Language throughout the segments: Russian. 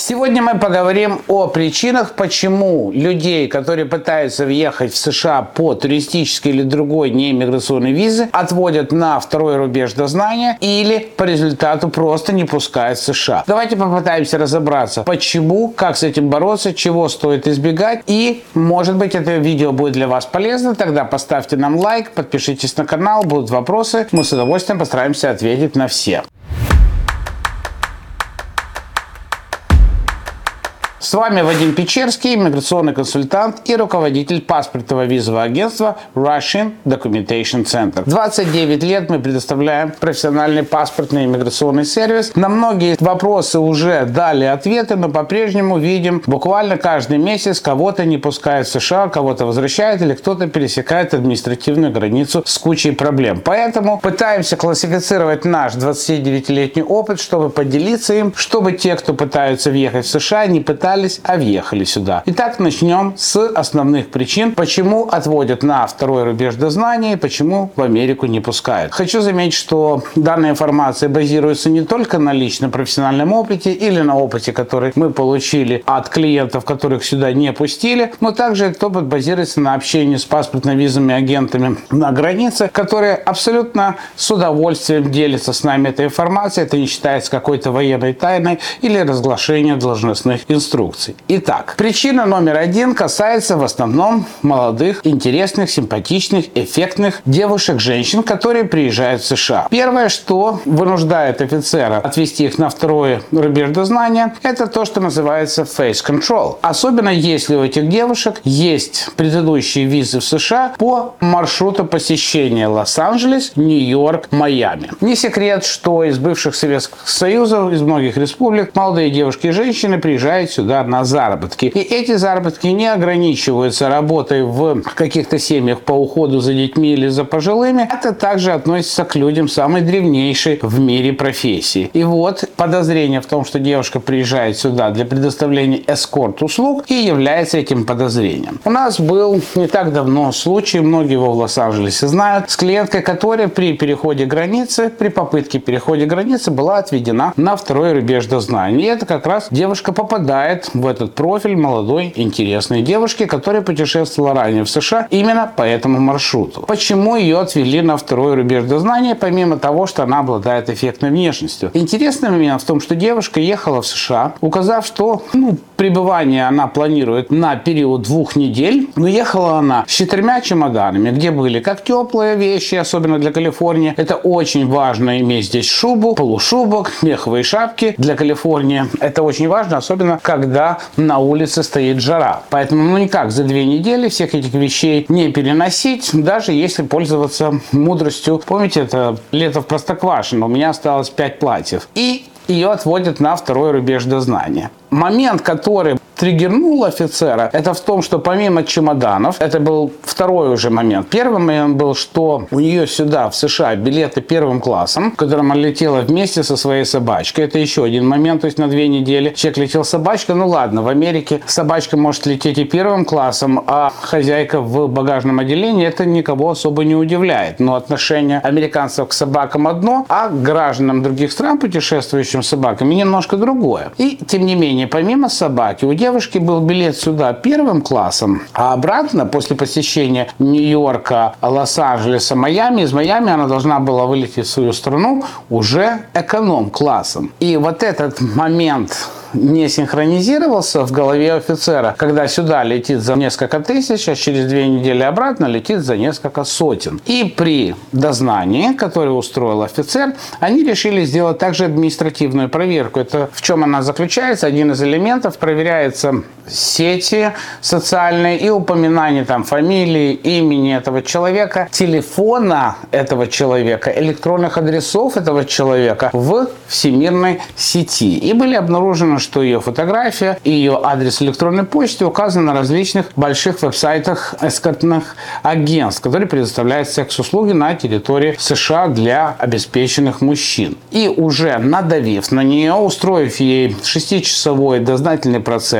Сегодня мы поговорим о причинах, почему людей, которые пытаются въехать в США по туристической или другой неиммиграционной визе, отводят на второй рубеж дознания или по результату просто не пускают в США. Давайте попытаемся разобраться, почему, как с этим бороться, чего стоит избегать, и, может быть, это видео будет для вас полезно. Тогда поставьте нам лайк, подпишитесь на канал, будут вопросы, мы с удовольствием постараемся ответить на все. С вами Вадим Печерский, иммиграционный консультант и руководитель паспортного визового агентства Russian Documentation Center. 29 лет мы предоставляем профессиональный паспортный иммиграционный сервис. На многие вопросы уже дали ответы, но по-прежнему видим буквально каждый месяц кого-то не пускают в США, кого-то возвращают или кто-то пересекает административную границу с кучей проблем. Поэтому пытаемся классифицировать наш 29-летний опыт, чтобы поделиться им, чтобы те, кто пытаются въехать в США, не пытались, а въехали сюда. Итак, начнем с основных причин, почему отводят на второй рубеж дознания и почему в Америку не пускают. Хочу заметить, что данная информация базируется не только на личном профессиональном опыте или на опыте, который мы получили от клиентов, которых сюда не пустили, но также этот опыт базируется на общении с паспортно-визовыми агентами на границе, которые абсолютно с удовольствием делятся с нами этой информацией. Это не считается какой-то военной тайной или разглашением должностных инструкций. Итак, причина номер один касается в основном молодых, интересных, симпатичных, эффектных девушек, женщин, которые приезжают в США. Первое, что вынуждает офицера отвести их на второй рубеж дознания, это то, что называется face control. Особенно если у этих девушек есть предыдущие визы в США по маршруту посещения Лос-Анджелес, Нью-Йорк, Майами. Не секрет, что из бывших Советских Союзов, из многих республик, молодые девушки и женщины приезжают сюда на заработки. И эти заработки не ограничиваются работой в каких-то семьях по уходу за детьми или за пожилыми. Это также относится к людям самой древнейшей в мире профессии. И вот подозрение в том, что девушка приезжает сюда для предоставления эскорт-услуг, и является этим подозрением. У нас был не так давно случай, многие его в Лос-Анджелесе знают, с клиенткой, которая при переходе границы, при попытке перехода границы была отведена на второй рубеж дознания. И это как раз девушка попадает в этот профиль молодой, интересной девушки, которая путешествовала ранее в США именно по этому маршруту. Почему ее отвели на второй рубеж дознания, помимо того, что она обладает эффектной внешностью? Интересный момент в том, что девушка ехала в США, указав, что пребывание она планирует на период 2 недель, но ехала она с 4 чемоданами, где были как теплые вещи, особенно для Калифорнии. Это очень важно иметь здесь шубу, полушубок, меховые шапки для Калифорнии. Это очень важно, особенно когда на улице стоит жара. Поэтому никак за 2 недели всех этих вещей не переносить, даже если пользоваться мудростью. Помните, это лето в Простоквашино, у меня осталось 5 платьев. И ее отводят на второй рубеж дознания. Момент, который триггернул офицера, это в том, что помимо чемоданов, это был второй уже момент. Первый момент был, что у нее сюда, в США, билеты первым классом, в котором она летела вместе со своей собачкой. Это еще один момент, то есть на 2 недели. Человек летел с собачкой, ну ладно, в Америке собачка может лететь и первым классом, а хозяйка в багажном отделении, это никого особо не удивляет. Но отношение американцев к собакам одно, а к гражданам других стран, путешествующим с собаками, немножко другое. И, тем не менее, помимо собаки, у девушки был билет сюда первым классом, а обратно, после посещения Нью-Йорка, Лос-Анджелеса, Майами, из Майами она должна была вылететь в свою страну уже эконом-классом. И вот этот момент не синхронизировался в голове офицера, когда сюда летит за несколько тысяч, а через 2 недели обратно летит за несколько сотен. И при дознании, которое устроил офицер, они решили сделать также административную проверку. Это в чем она заключается? Один из элементов: проверяется сети социальные и упоминание там фамилии, имени этого человека, телефона этого человека, электронных адресов этого человека в всемирной сети. И были обнаружены, что ее фотография и ее адрес электронной почты указаны на различных больших веб-сайтах эскортных агентств, которые предоставляют секс-услуги на территории США для обеспеченных мужчин. И уже надавив на нее, устроив ей 6-часовой дознательный процесс,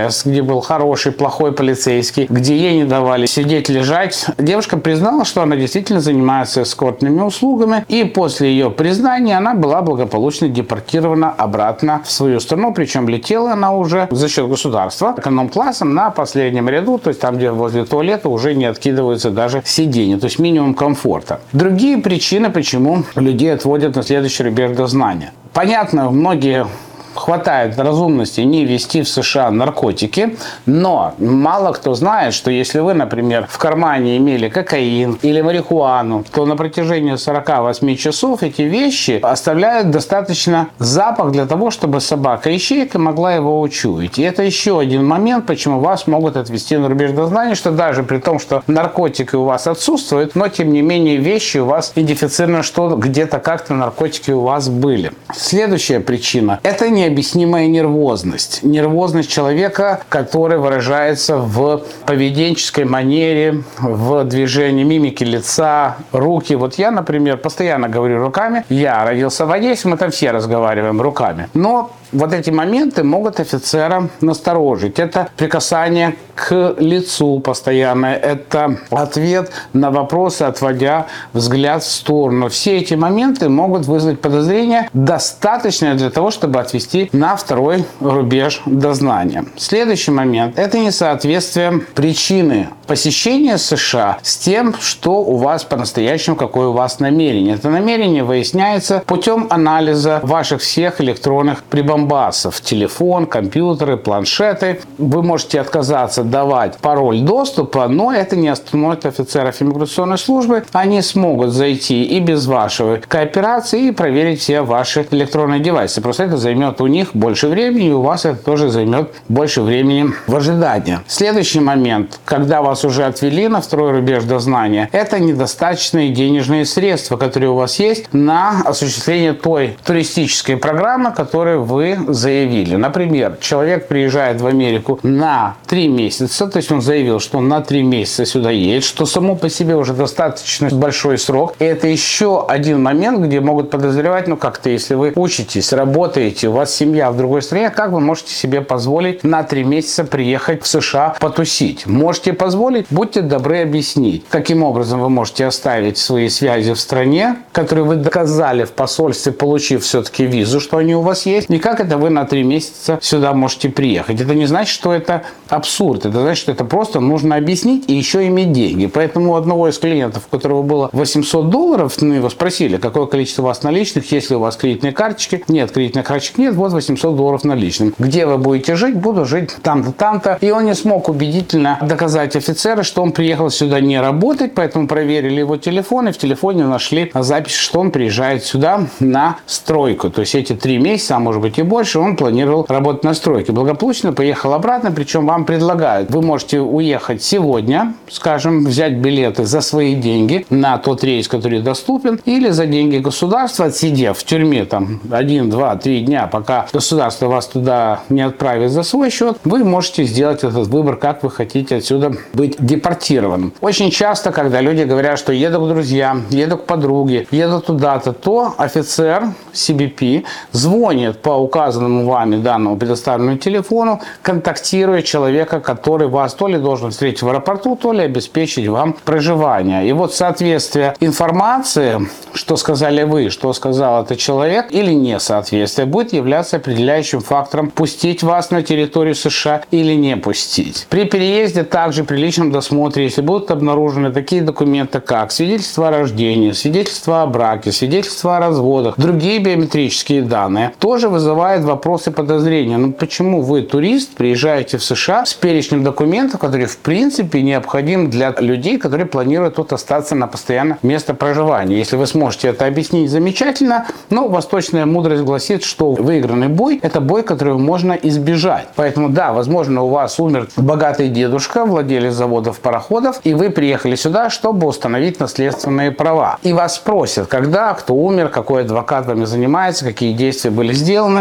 ФМС, где был хороший, плохой полицейский, где ей не давали сидеть, лежать. Девушка признала, что она действительно занимается эскортными услугами, и после ее признания она была благополучно депортирована обратно в свою страну, причем летела она уже за счет государства эконом-классом на последнем ряду, то есть там, где возле туалета уже не откидываются даже сиденья, то есть минимум комфорта. Другие причины, почему людей отводят на следующий рубеж дознания. Понятно, многие хватает разумности не везти в США наркотики, но мало кто знает, что если вы, например, в кармане имели кокаин или марихуану, то на протяжении 48 часов эти вещи оставляют достаточно запах для того, чтобы собака-ищейка могла его учуять. И это еще один момент, почему вас могут отвезти на рубеж дознания, что даже при том, что наркотики у вас отсутствуют, но тем не менее вещи у вас идентифицированы, что где-то как-то наркотики у вас были. Следующая причина – это необъяснимая нервозность. Нервозность человека, который выражается в поведенческой манере, в движении мимики лица, руки. Вот я, например, постоянно говорю руками. Я родился в Одессе, мы там все разговариваем руками. Но вот эти моменты могут офицера насторожить. Это прикасание к лицу постоянно, это ответ на вопросы, отводя взгляд в сторону. Все эти моменты могут вызвать подозрение, достаточное для того, чтобы отвести на второй рубеж дознания. Следующий момент – это несоответствие причины посещения США с тем, что у вас по-настоящему, какое у вас намерение. Это намерение выясняется путем анализа ваших всех электронных прибамбасов. Телефон, компьютеры, планшеты. Вы можете отказаться давать пароль доступа, но это не остановит офицеров иммиграционной службы. Они смогут зайти и без вашей кооперации и проверить все ваши электронные девайсы. Просто это займет у них больше времени, и у вас это тоже займет больше времени в ожидании. Следующий момент, когда вас уже отвели на второй рубеж дознания, это недостаточные денежные средства, которые у вас есть на осуществление той туристической программы, которую вы заявили. Например, человек приезжает в Америку на 3 месяца, то есть он заявил, что он на 3 месяца сюда едет, что само по себе уже достаточно большой срок. И это еще один момент, где могут подозревать, ну как-то, если вы учитесь, работаете, у вас семья в другой стране, как вы можете себе позволить на 3 месяца приехать в США потусить? Можете позволить? Будьте добры объяснить, каким образом вы можете оставить свои связи в стране, которые вы доказали в посольстве, получив все-таки визу, что они у вас есть, и как это вы на 3 месяца сюда можете приехать. Это не значит, что это абсурд, это значит, что это просто нужно объяснить и еще иметь деньги. Поэтому у одного из клиентов, у которого было $800, мы его спросили, какое количество у вас наличных, есть ли у вас кредитные карточки. Нет, кредитных карточек нет, вот $800 наличным. Где вы будете жить? Буду жить там-то, там-то. И он не смог убедительно доказать офицеру, что он приехал сюда не работать, поэтому проверили его телефон, и в телефоне нашли запись, что он приезжает сюда на стройку. То есть эти 3 месяца, а может быть и больше, он планировал работать на стройке. Благополучно поехал обратно, причем вам предлагают, вы можете уехать сегодня, скажем, взять билеты за свои деньги на тот рейс, который доступен, или за деньги государства, отсидев в тюрьме там 1, 2, 3 дня, пока государство вас туда не отправит за свой счет, вы можете сделать этот выбор, как вы хотите отсюда быть депортированным. Очень часто, когда люди говорят, что еду к друзьям, еду к подруге, еду туда-то, то офицер CBP звонит по указанному вами данному предоставленному телефону, контактируя человека, который вас то ли должен встретить в аэропорту, то ли обеспечить вам проживание. И вот соответствие информации, что сказали вы, что сказал этот человек, или несоответствие, будет являться определяющим фактором, пустить вас на территорию США или не пустить. При переезде также при личном досмотре, если будут обнаружены такие документы, как свидетельство о рождении, свидетельство о браке, свидетельство о разводах, другие биометрические данные, тоже вызывает вопросы подозрения. Ну почему вы, турист, приезжаете в США с перечнем документов, которые в принципе необходимы для людей, которые планируют тут остаться на постоянное место проживания? Если вы сможете это объяснить, замечательно, но восточная мудрость гласит, что выигранный бой – это бой, которого можно избежать. Поэтому да, возможно, у вас умер богатый дедушка, владелец заводов, пароходов, и вы приехали сюда, чтобы установить наследственные права. И вас спросят, когда, кто умер, какой адвокат вами занимается, какие действия были сделаны.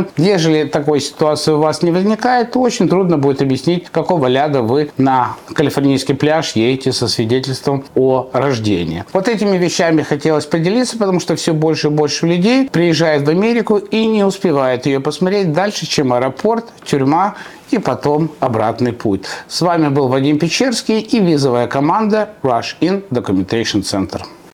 Ежели такой ситуации у вас не возникает, то очень трудно будет объяснить, какого ляда вы на калифорнийский пляж едете со свидетельством о рождении. Вот этими вещами хотелось поделиться, потому что все больше и больше людей приезжает в Америку и не успевает ее посмотреть дальше, чем аэропорт, тюрьма и потом обратный путь. С вами был Вадим Печерский и визовая команда Rush In Documentation Center.